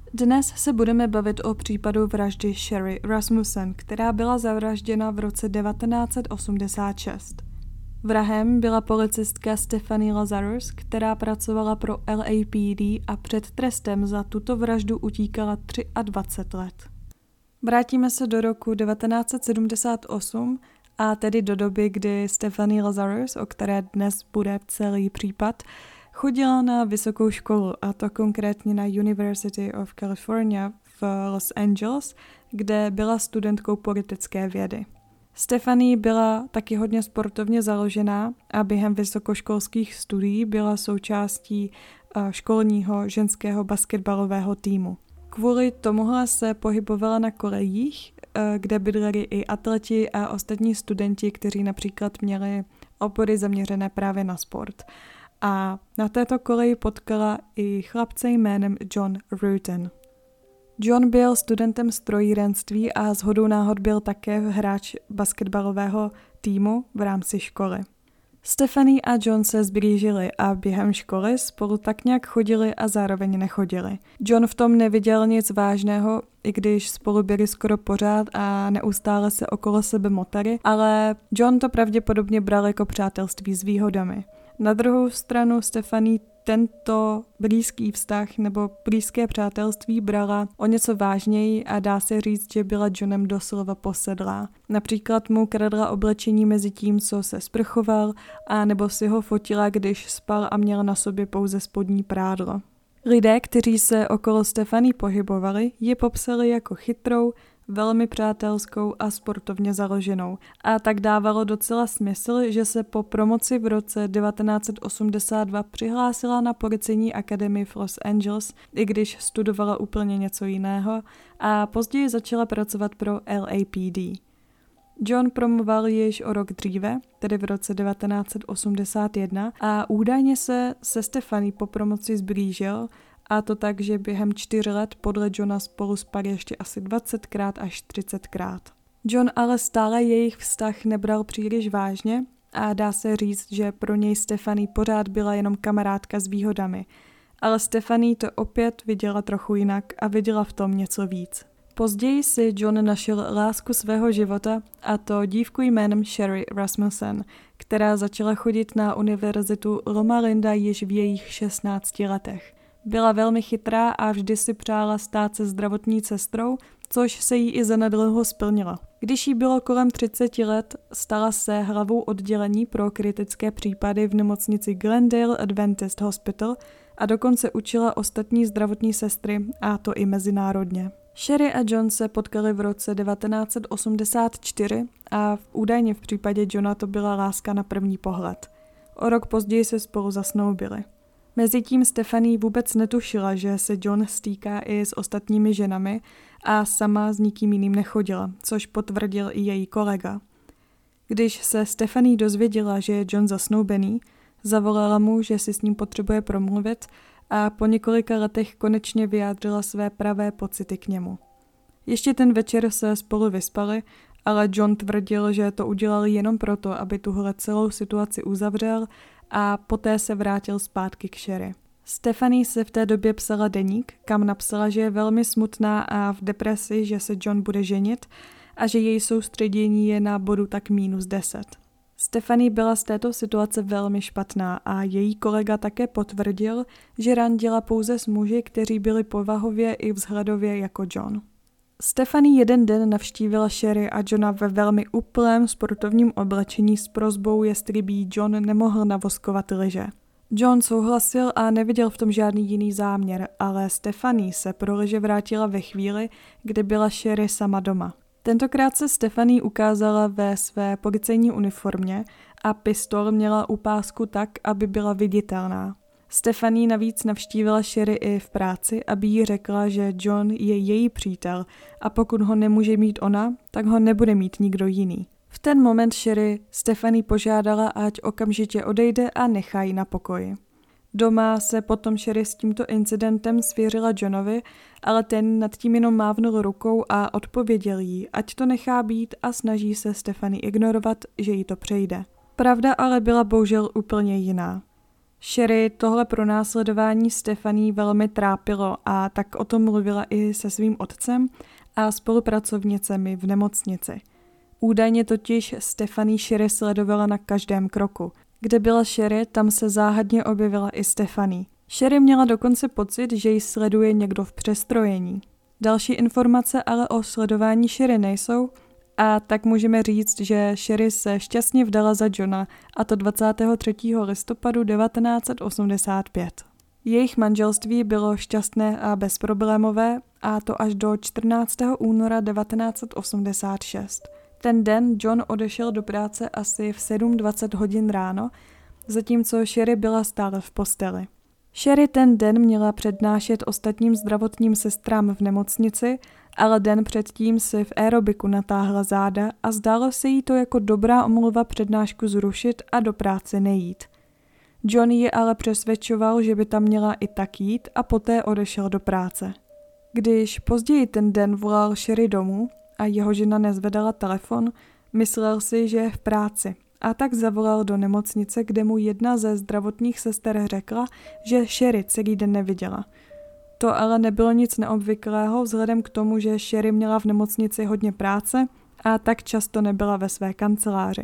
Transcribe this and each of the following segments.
Dnes se budeme bavit o případu vraždy Sherry Rasmussen, která byla zavražděna v roce 1986. Vrahem byla policistka Stephanie Lazarus, která pracovala pro LAPD a před trestem za tuto vraždu utíkala 23 let. Vrátíme se do roku 1978 a tedy do doby, kdy Stephanie Lazarus, o které dnes bude celý případ, chodila na vysokou školu, a to konkrétně na University of California v Los Angeles, kde byla studentkou politické vědy. Stephanie byla taky hodně sportovně založená a během vysokoškolských studií byla součástí školního ženského basketbalového týmu. Kvůli tomuhle se pohybovala na kolejích, kde bydleli i atleti a ostatní studenti, kteří například měli obory zaměřené právě na sport. A na této koleji potkala i chlapce jménem John Rueten. John byl studentem strojírenství a shodou náhod byl také hráč basketbalového týmu v rámci školy. Stephanie a John se zblížili a během školy spolu tak nějak chodili a zároveň nechodili. John v tom neviděl nic vážného, i když spolu byli skoro pořád a neustále se okolo sebe motali, ale John to pravděpodobně bral jako přátelství s výhodami. Na druhou stranu Stephanie tento blízký vztah nebo blízké přátelství brala o něco vážněji a dá se říct, že byla Johnem doslova posedlá. Například mu kradla oblečení mezi tím, co se sprchoval, a nebo si ho fotila, když spal a měl na sobě pouze spodní prádlo. Lidé, kteří se okolo Stephanie pohybovali, ji popsali jako chytrou, velmi přátelskou a sportovně založenou. A tak dávalo docela smysl, že se po promoci v roce 1982 přihlásila na policejní akademii v Los Angeles, i když studovala úplně něco jiného, a později začala pracovat pro LAPD. John promoval již o rok dříve, tedy v roce 1981, a údajně se Stephanie po promoci zblížil, a to tak, že během 4 let podle Johna spolu spali ještě asi 20krát až 30krát. John ale stále jejich vztah nebral příliš vážně a dá se říct, že pro něj Stephanie pořád byla jenom kamarádka s výhodami. Ale Stephanie to opět viděla trochu jinak a viděla v tom něco víc. Později si John našel lásku svého života, a to dívku jménem Sherry Rasmussen, která začala chodit na univerzitu Loma Linda již v jejich 16 letech. Byla velmi chytrá a vždy si přála stát se zdravotní sestrou, což se jí i zanedlouho splnilo. Když jí bylo kolem 30 let, stala se hlavou oddělení pro kritické případy v nemocnici Glendale Adventist Hospital a dokonce učila ostatní zdravotní sestry, a to i mezinárodně. Sherry a John se potkali v roce 1984 a údajně v případě Johna to byla láska na první pohled. O rok později se spolu zasnoubili. Mezitím Stephanie vůbec netušila, že se John stýká i s ostatními ženami a sama s nikým jiným nechodila, což potvrdil i její kolega. Když se Stephanie dozvěděla, že je John zasnoubený, zavolala mu, že si s ním potřebuje promluvit, a po několika letech konečně vyjádřila své pravé pocity k němu. Ještě ten večer se spolu vyspali, ale John tvrdil, že to udělal jenom proto, aby tuhle celou situaci uzavřel, a poté se vrátil zpátky k Sherry. Stephanie se v té době psala deník, kam napsala, že je velmi smutná a v depresi, že se John bude ženit a že její soustředění je na bodu tak -10. Stephanie byla z této situace velmi špatná a její kolega také potvrdil, že randila pouze s muži, kteří byli povahově i vzhledově jako John. Stephanie jeden den navštívila Sherry a Johna ve velmi úplném sportovním oblečení s prosbou, jestli by jí John nemohl navoskovat lyže. John souhlasil a neviděl v tom žádný jiný záměr, ale Stephanie se pro lyže vrátila ve chvíli, kdy byla Sherry sama doma. Tentokrát se Stephanie ukázala ve své policejní uniformě a pistol měla u pásku tak, aby byla viditelná. Stephanie navíc navštívila Sherry i v práci, aby jí řekla, že John je její přítel a pokud ho nemůže mít ona, tak ho nebude mít nikdo jiný. V ten moment Sherry Stephanie požádala, ať okamžitě odejde a nechá ji na pokoji. Doma se potom Sherry s tímto incidentem svěřila Johnovi, ale ten nad tím jenom mávnul rukou a odpověděl jí, ať to nechá být a snaží se Stephanie ignorovat, že jí to přejde. Pravda ale byla bohužel úplně jiná. Sherry tohle pronásledování Stephanie velmi trápilo a tak o tom mluvila i se svým otcem a spolupracovnicemi v nemocnici. Údajně totiž Stephanie Sherry sledovala na každém kroku. Kde byla Sherry, tam se záhadně objevila i Stephanie. Sherry měla dokonce pocit, že ji sleduje někdo v přestrojení. Další informace ale o sledování Sherry nejsou a tak můžeme říct, že Sherry se šťastně vdala za Johna, a to 23. listopadu 1985. Jejich manželství bylo šťastné a bezproblémové, a to až do 14. února 1986. Ten den John odešel do práce asi v 7:20 hodin ráno, zatímco Sherry byla stále v posteli. Sherry ten den měla přednášet ostatním zdravotním sestrám v nemocnici, ale den předtím si v aerobiku natáhla záda a zdálo se jí to jako dobrá omluva přednášku zrušit a do práce nejít. John ji ale přesvědčoval, že by tam měla i tak jít, a poté odešel do práce. Když později ten den volal Sherry domů a jeho žena nezvedala telefon, myslel si, že je v práci, a tak zavolal do nemocnice, kde mu jedna ze zdravotních sester řekla, že Sherry celý den neviděla. To ale nebylo nic neobvyklého vzhledem k tomu, že Sherry měla v nemocnici hodně práce a tak často nebyla ve své kanceláři.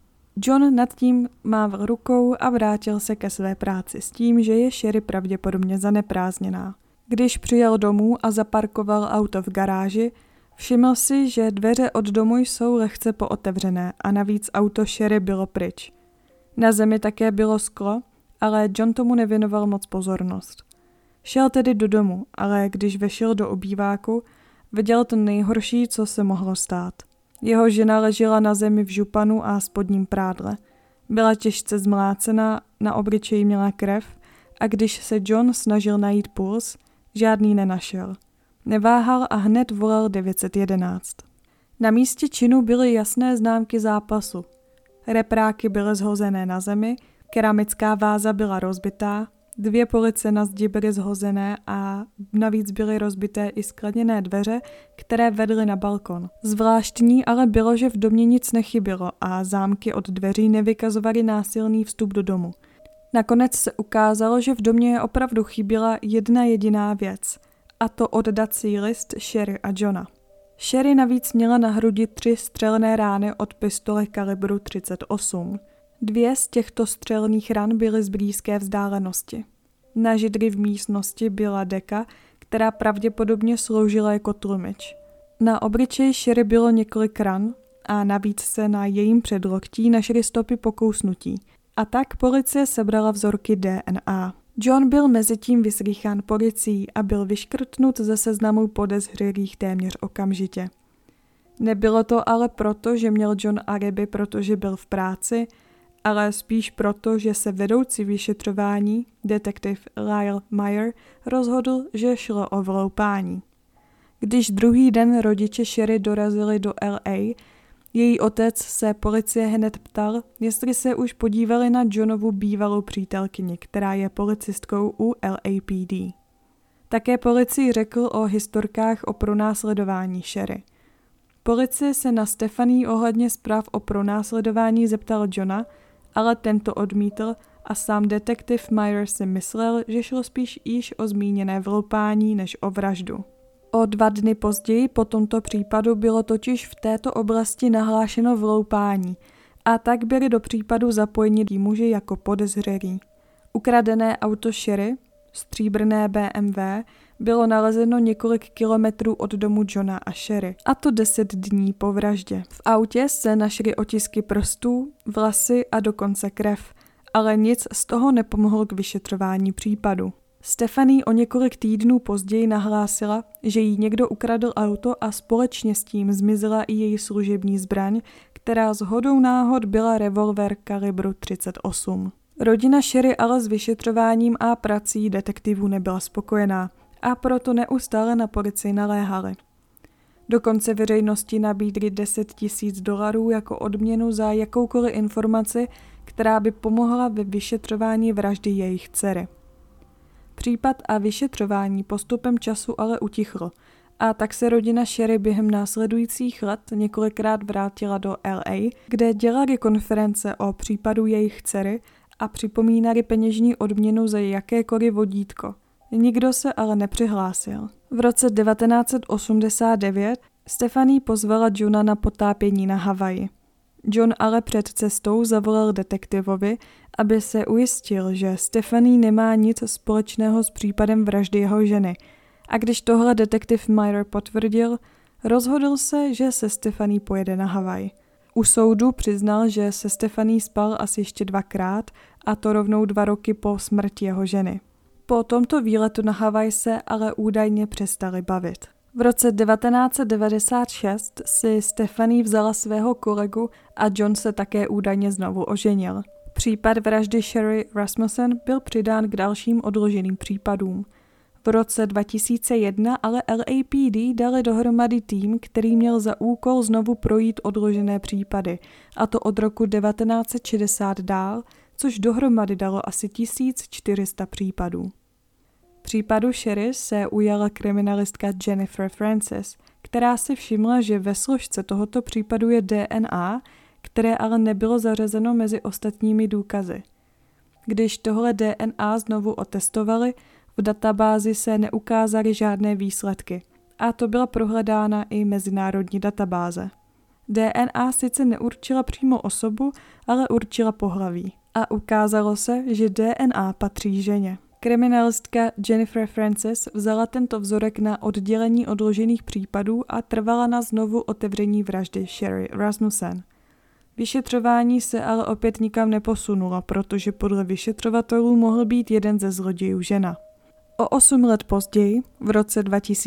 John nad tím mával rukou a vrátil se ke své práci s tím, že je Sherry pravděpodobně zaneprázdněná. Když přijel domů a zaparkoval auto v garáži, všiml si, že dveře od domu jsou lehce pootevřené a navíc auto Sherry bylo pryč. Na zemi také bylo sklo, ale John tomu nevěnoval moc pozornost. Šel tedy do domu, ale když vešel do obýváku, viděl to nejhorší, co se mohlo stát. Jeho žena ležela na zemi v županu a spodním prádle. Byla těžce zmlácená, na obličeji měla krev a když se John snažil najít puls, žádný nenašel. Neváhal a hned volal 911. Na místě činu byly jasné známky zápasu. Repráky byly zhozené na zemi, keramická váza byla rozbitá, 2 police na zdi byly zhozené a navíc byly rozbité i skleněné dveře, které vedly na balkon. Zvláštní ale bylo, že v domě nic nechybělo a zámky od dveří nevykazovaly násilný vstup do domu. Nakonec se ukázalo, že v domě opravdu chyběla jedna jediná věc, a to oddací list Sherry a Johna. Sherry navíc měla na hrudi 3 střelné rány od pistole kalibru 38. 2 z těchto střelných ran byly z blízké vzdálenosti. Na židli v místnosti byla deka, která pravděpodobně sloužila jako tlumič. Na obličeji Sherry bylo několik ran a navíc se na jejím předloktí našly stopy pokousnutí. A tak policie sebrala vzorky DNA. John byl mezitím vyslýchán policií a byl vyškrtnut ze seznamu podezřelých téměř okamžitě. Nebylo to ale proto, že měl John alibi, protože byl v práci, ale spíš proto, že se vedoucí vyšetřování, detektiv Lyle Meyer, rozhodl, že šlo o vloupání. Když druhý den rodiče Sherry dorazili do LA, její otec se policie hned ptal, jestli se už podívali na Johnovu bývalou přítelkyni, která je policistkou u LAPD. Také policii řekl o historkách o pronásledování Sherry. Policie se na Stephanie ohledně zpráv o pronásledování zeptal Johna, ale tento odmítl a sám detektiv Meyer si myslel, že šlo spíš již o zmíněné vloupání než o vraždu. O 2 dny později po tomto případu bylo totiž v této oblasti nahlášeno vloupání a tak byli do případu zapojeni muži jako podezřelí. Ukradené auto Sherry, stříbrné BMW, bylo nalezeno několik kilometrů od domu Johna a Sherry, a to 10 dní po vraždě. V autě se našly otisky prstů, vlasy a dokonce krev, ale nic z toho nepomohlo k vyšetřování případu. Stephanie o několik týdnů později nahlásila, že jí někdo ukradl auto a společně s tím zmizela i její služební zbraň, která shodou náhod byla revolver kalibru 38. Rodina Sherry ale s vyšetřováním a prací detektivů nebyla spokojená a proto neustále na policii naléhali. Dokonce veřejnosti nabídli $10,000 jako odměnu za jakoukoliv informaci, která by pomohla ve vyšetřování vraždy jejich dcery. Případ a vyšetřování postupem času ale utichlo a tak se rodina Sherry během následujících let několikrát vrátila do LA, kde dělali konference o případu jejich dcery a připomínali peněžní odměnu za jakékoliv vodítko. Nikdo se ale nepřihlásil. V roce 1989 Stephanie pozvala Johna na potápění na Havaji. John ale před cestou zavolal detektivovi, aby se ujistil, že Stephanie nemá nic společného s případem vraždy jeho ženy. A když tohle detektiv Meyer potvrdil, rozhodl se, že se Stephanie pojede na Havaj. U soudu přiznal, že se Stephanie spal asi ještě 2krát, a to rovnou 2 roky po smrti jeho ženy. Po tomto výletu na Havaj se ale údajně přestali bavit. V roce 1996 si Stephanie vzala svého kolegu a John se také údajně znovu oženil. Případ vraždy Sherry Rasmussen byl přidán k dalším odloženým případům. V roce 2001 ale LAPD dali dohromady tým, který měl za úkol znovu projít odložené případy, a to od roku 1960 dál, což dohromady dalo asi 1400 případů. Případu Sherry se ujala kriminalistka Jennifer Francis, která si všimla, že ve složce tohoto případu je DNA, které ale nebylo zařazeno mezi ostatními důkazy. Když tohle DNA znovu otestovali, v databázi se neukázaly žádné výsledky, a to byla prohledána i mezinárodní databáze. DNA sice neurčila přímo osobu, ale určila pohlaví. A ukázalo se, že DNA patří ženě. Kriminalistka Jennifer Francis vzala tento vzorek na oddělení odložených případů a trvala na znovu otevření vraždy Sherry Rasmussen. Vyšetřování se ale opět nikam neposunulo, protože podle vyšetřovatelů mohl být jeden ze zlodějů žena. O 8 let později, v roce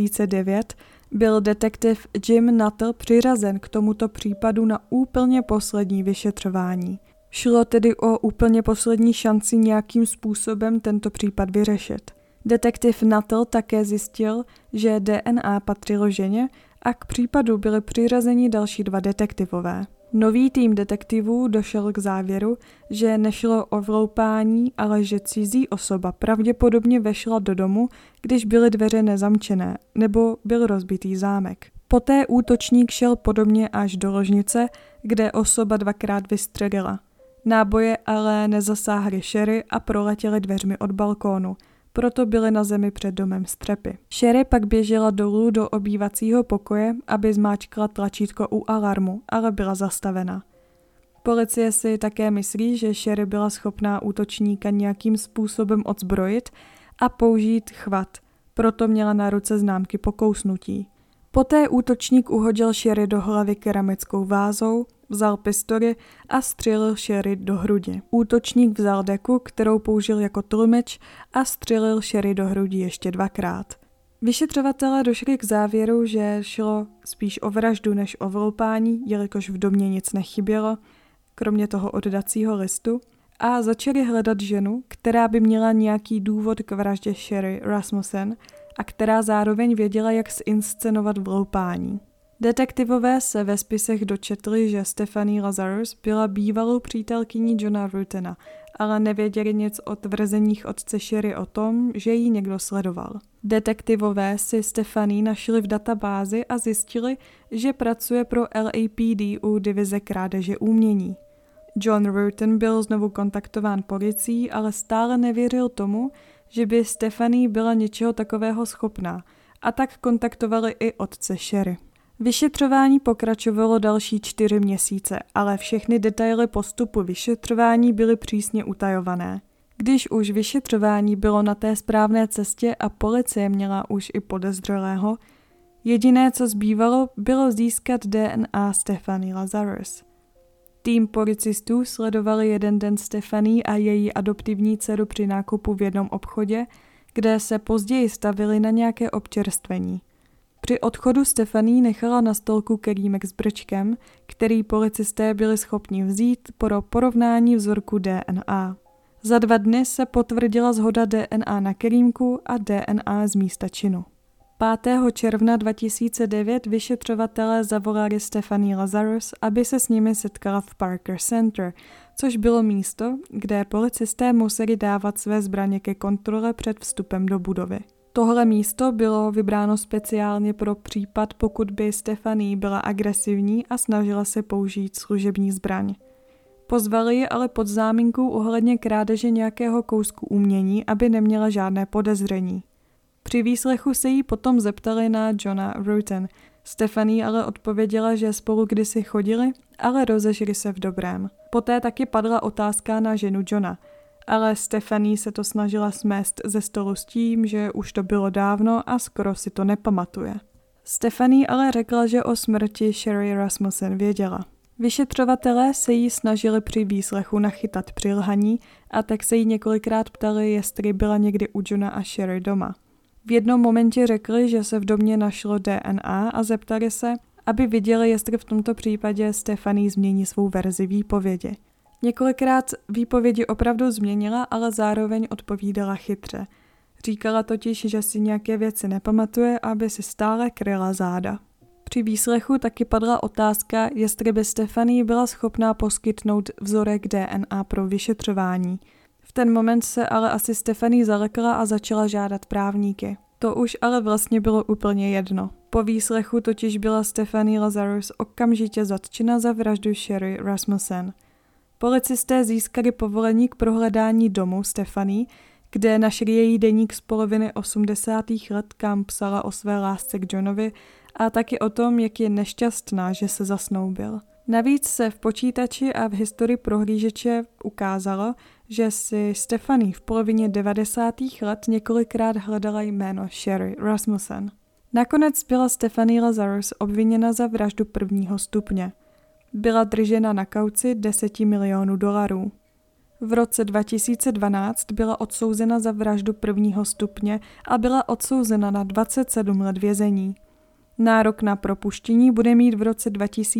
2009, byl detektiv Jim Nuttall přiřazen k tomuto případu na úplně poslední vyšetřování. Šlo tedy o úplně poslední šanci nějakým způsobem tento případ vyřešit. Detektiv Nuttall také zjistil, že DNA patřilo ženě a k případu byli přiřazeni další 2 detektivové. Nový tým detektivů došel k závěru, že nešlo o vloupání, ale že cizí osoba pravděpodobně vešla do domu, když byly dveře nezamčené, nebo byl rozbitý zámek. Poté útočník šel podobně až do ložnice, kde osoba 2krát vystřelila. Náboje ale nezasáhly Sherry a proletěly dveřmi od balkónu, proto byly na zemi před domem střepy. Sherry pak běžela dolů do obývacího pokoje, aby zmáčkla tlačítko u alarmu, ale byla zastavena. Policie si také myslí, že Sherry byla schopná útočníka nějakým způsobem odzbrojit a použít chvat, proto měla na ruce známky pokousnutí. Poté útočník uhodil Sherry do hlavy keramickou vázou, vzal pistoli a střelil Sherry do hrudi. Útočník vzal deku, kterou použil jako tlumič, a střelil Sherry do hrudi ještě 2krát. Vyšetřovatelé došli k závěru, že šlo spíš o vraždu než o vloupání, jelikož v domě nic nechybělo, kromě toho oddacího listu, a začali hledat ženu, která by měla nějaký důvod k vraždě Sherry Rasmussen a která zároveň věděla, jak zinscenovat vloupání. Detektivové se ve spisech dočetli, že Stephanie Lazarus byla bývalou přítelkyní Johna Rutena, ale nevěděli nic o tvrzeních otce Sherry o tom, že ji někdo sledoval. Detektivové si Stephanie našli v databázi a zjistili, že pracuje pro LAPD u divize krádeže umění. John Rutten byl znovu kontaktován policií, ale stále nevěřil tomu, že by Stephanie byla něčeho takového schopná, a tak kontaktovali i otce Sherry. Vyšetřování pokračovalo další 4 měsíce, ale všechny detaily postupu vyšetřování byly přísně utajované. Když už vyšetřování bylo na té správné cestě a policie měla už i podezřelého, jediné, co zbývalo, bylo získat DNA Stephanie Lazarus. Tým policistů sledovali jeden den Stephanie a její adoptivní dceru při nákupu v jednom obchodě, kde se později stavili na nějaké občerstvení. Při odchodu Stephanie nechala na stolku kelímek s brčkem, který policisté byli schopni vzít pro porovnání vzorku DNA. Za 2 dny se potvrdila shoda DNA na kelímku a DNA z místa činu. 5. června 2009 vyšetřovatelé zavolali Stephanie Lazarus, aby se s nimi setkala v Parker Center, což bylo místo, kde policisté museli dávat své zbraně ke kontrole před vstupem do budovy. Tohle místo bylo vybráno speciálně pro případ, pokud by Stephanie byla agresivní a snažila se použít služební zbraň. Pozvali ji ale pod záminkou ohledně krádeže nějakého kousku umění, aby neměla žádné podezření. Při výslechu se jí potom zeptali na Johna Rueton. Stephanie ale odpověděla, že spolu kdysi chodili, ale rozešli se v dobrém. Poté taky padla otázka na ženu Johna, ale Stephanie se to snažila smést ze stolu s tím, že už to bylo dávno a skoro si to nepamatuje. Stephanie ale řekla, že o smrti Sherry Rasmussen věděla. Vyšetřovatelé se jí snažili při výslechu nachytat při lhaní a tak se jí několikrát ptali, jestli byla někdy u Johna a Sherry doma. V jednom momentě řekli, že se v domě našlo DNA a zeptali se, aby viděli, jestli v tomto případě Stephanie změní svou verzi výpovědi. Několikrát výpovědi opravdu změnila, ale zároveň odpovídala chytře. Říkala totiž, že si nějaké věci nepamatuje, aby si stále kryla záda. Při výslechu taky padla otázka, jestli by Stephanie byla schopná poskytnout vzorek DNA pro vyšetřování. V ten moment se ale asi Stephanie zalekla a začala žádat právníky. To už ale vlastně bylo úplně jedno. Po výslechu totiž byla Stephanie Lazarus okamžitě zatčena za vraždu Sherry Rasmussen. Policisté získali povolení k prohledání domu Stephanie, kde našli její deník z poloviny 80. let, kam psala o své lásce k Johnovi a taky o tom, jak je nešťastná, že se zasnoubil. Navíc se v počítači a v historii prohlížeče ukázalo, že si Stephanie v polovině 90. let několikrát hledala jméno Sherry Rasmussen. Nakonec byla Stephanie Lazarus obviněna za vraždu 1. stupně. Byla držena na kauci $10 milionů. V roce 2012 byla odsouzena za vraždu 1. stupně a byla odsouzena na 27 let vězení. Nárok na propuštění bude mít v roce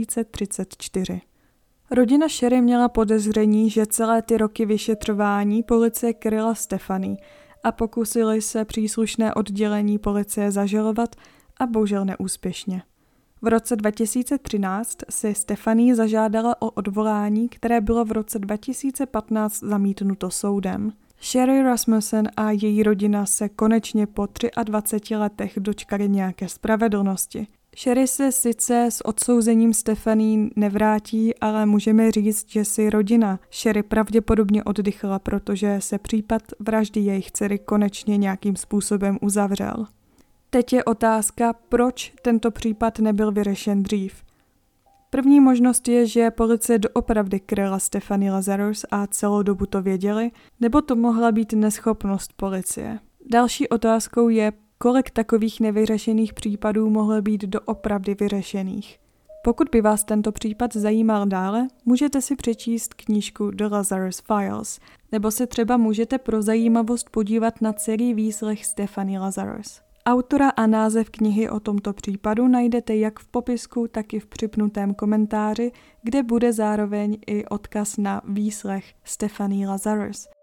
2034. Rodina Sherry měla podezření, že celé ty roky vyšetřování policie kryla Stephanie a pokusili se příslušné oddělení policie zažalovat a bohužel neúspěšně. V roce 2013 si Stephanie zažádala o odvolání, které bylo v roce 2015 zamítnuto soudem. Sherry Rasmussen a její rodina se konečně po 23 letech dočkali nějaké spravedlnosti. Sherry se sice s odsouzením Stephanie nevrátí, ale můžeme říct, že si rodina Sherry pravděpodobně oddychla, protože se případ vraždy jejich dcery konečně nějakým způsobem uzavřel. Teď je otázka, proč tento případ nebyl vyřešen dřív. První možnost je, že policie doopravdy kryla Stephanie Lazarus a celou dobu to věděli, nebo to mohla být neschopnost policie. Další otázkou je, kolik takových nevyřešených případů mohlo být doopravdy vyřešených. Pokud by vás tento případ zajímal dále, můžete si přečíst knížku The Lazarus Files, nebo se třeba můžete pro zajímavost podívat na celý výslech Stephanie Lazarus. Autora a název knihy o tomto případu najdete jak v popisku, tak i v připnutém komentáři, kde bude zároveň i odkaz na výslech Stephanie Lazarus.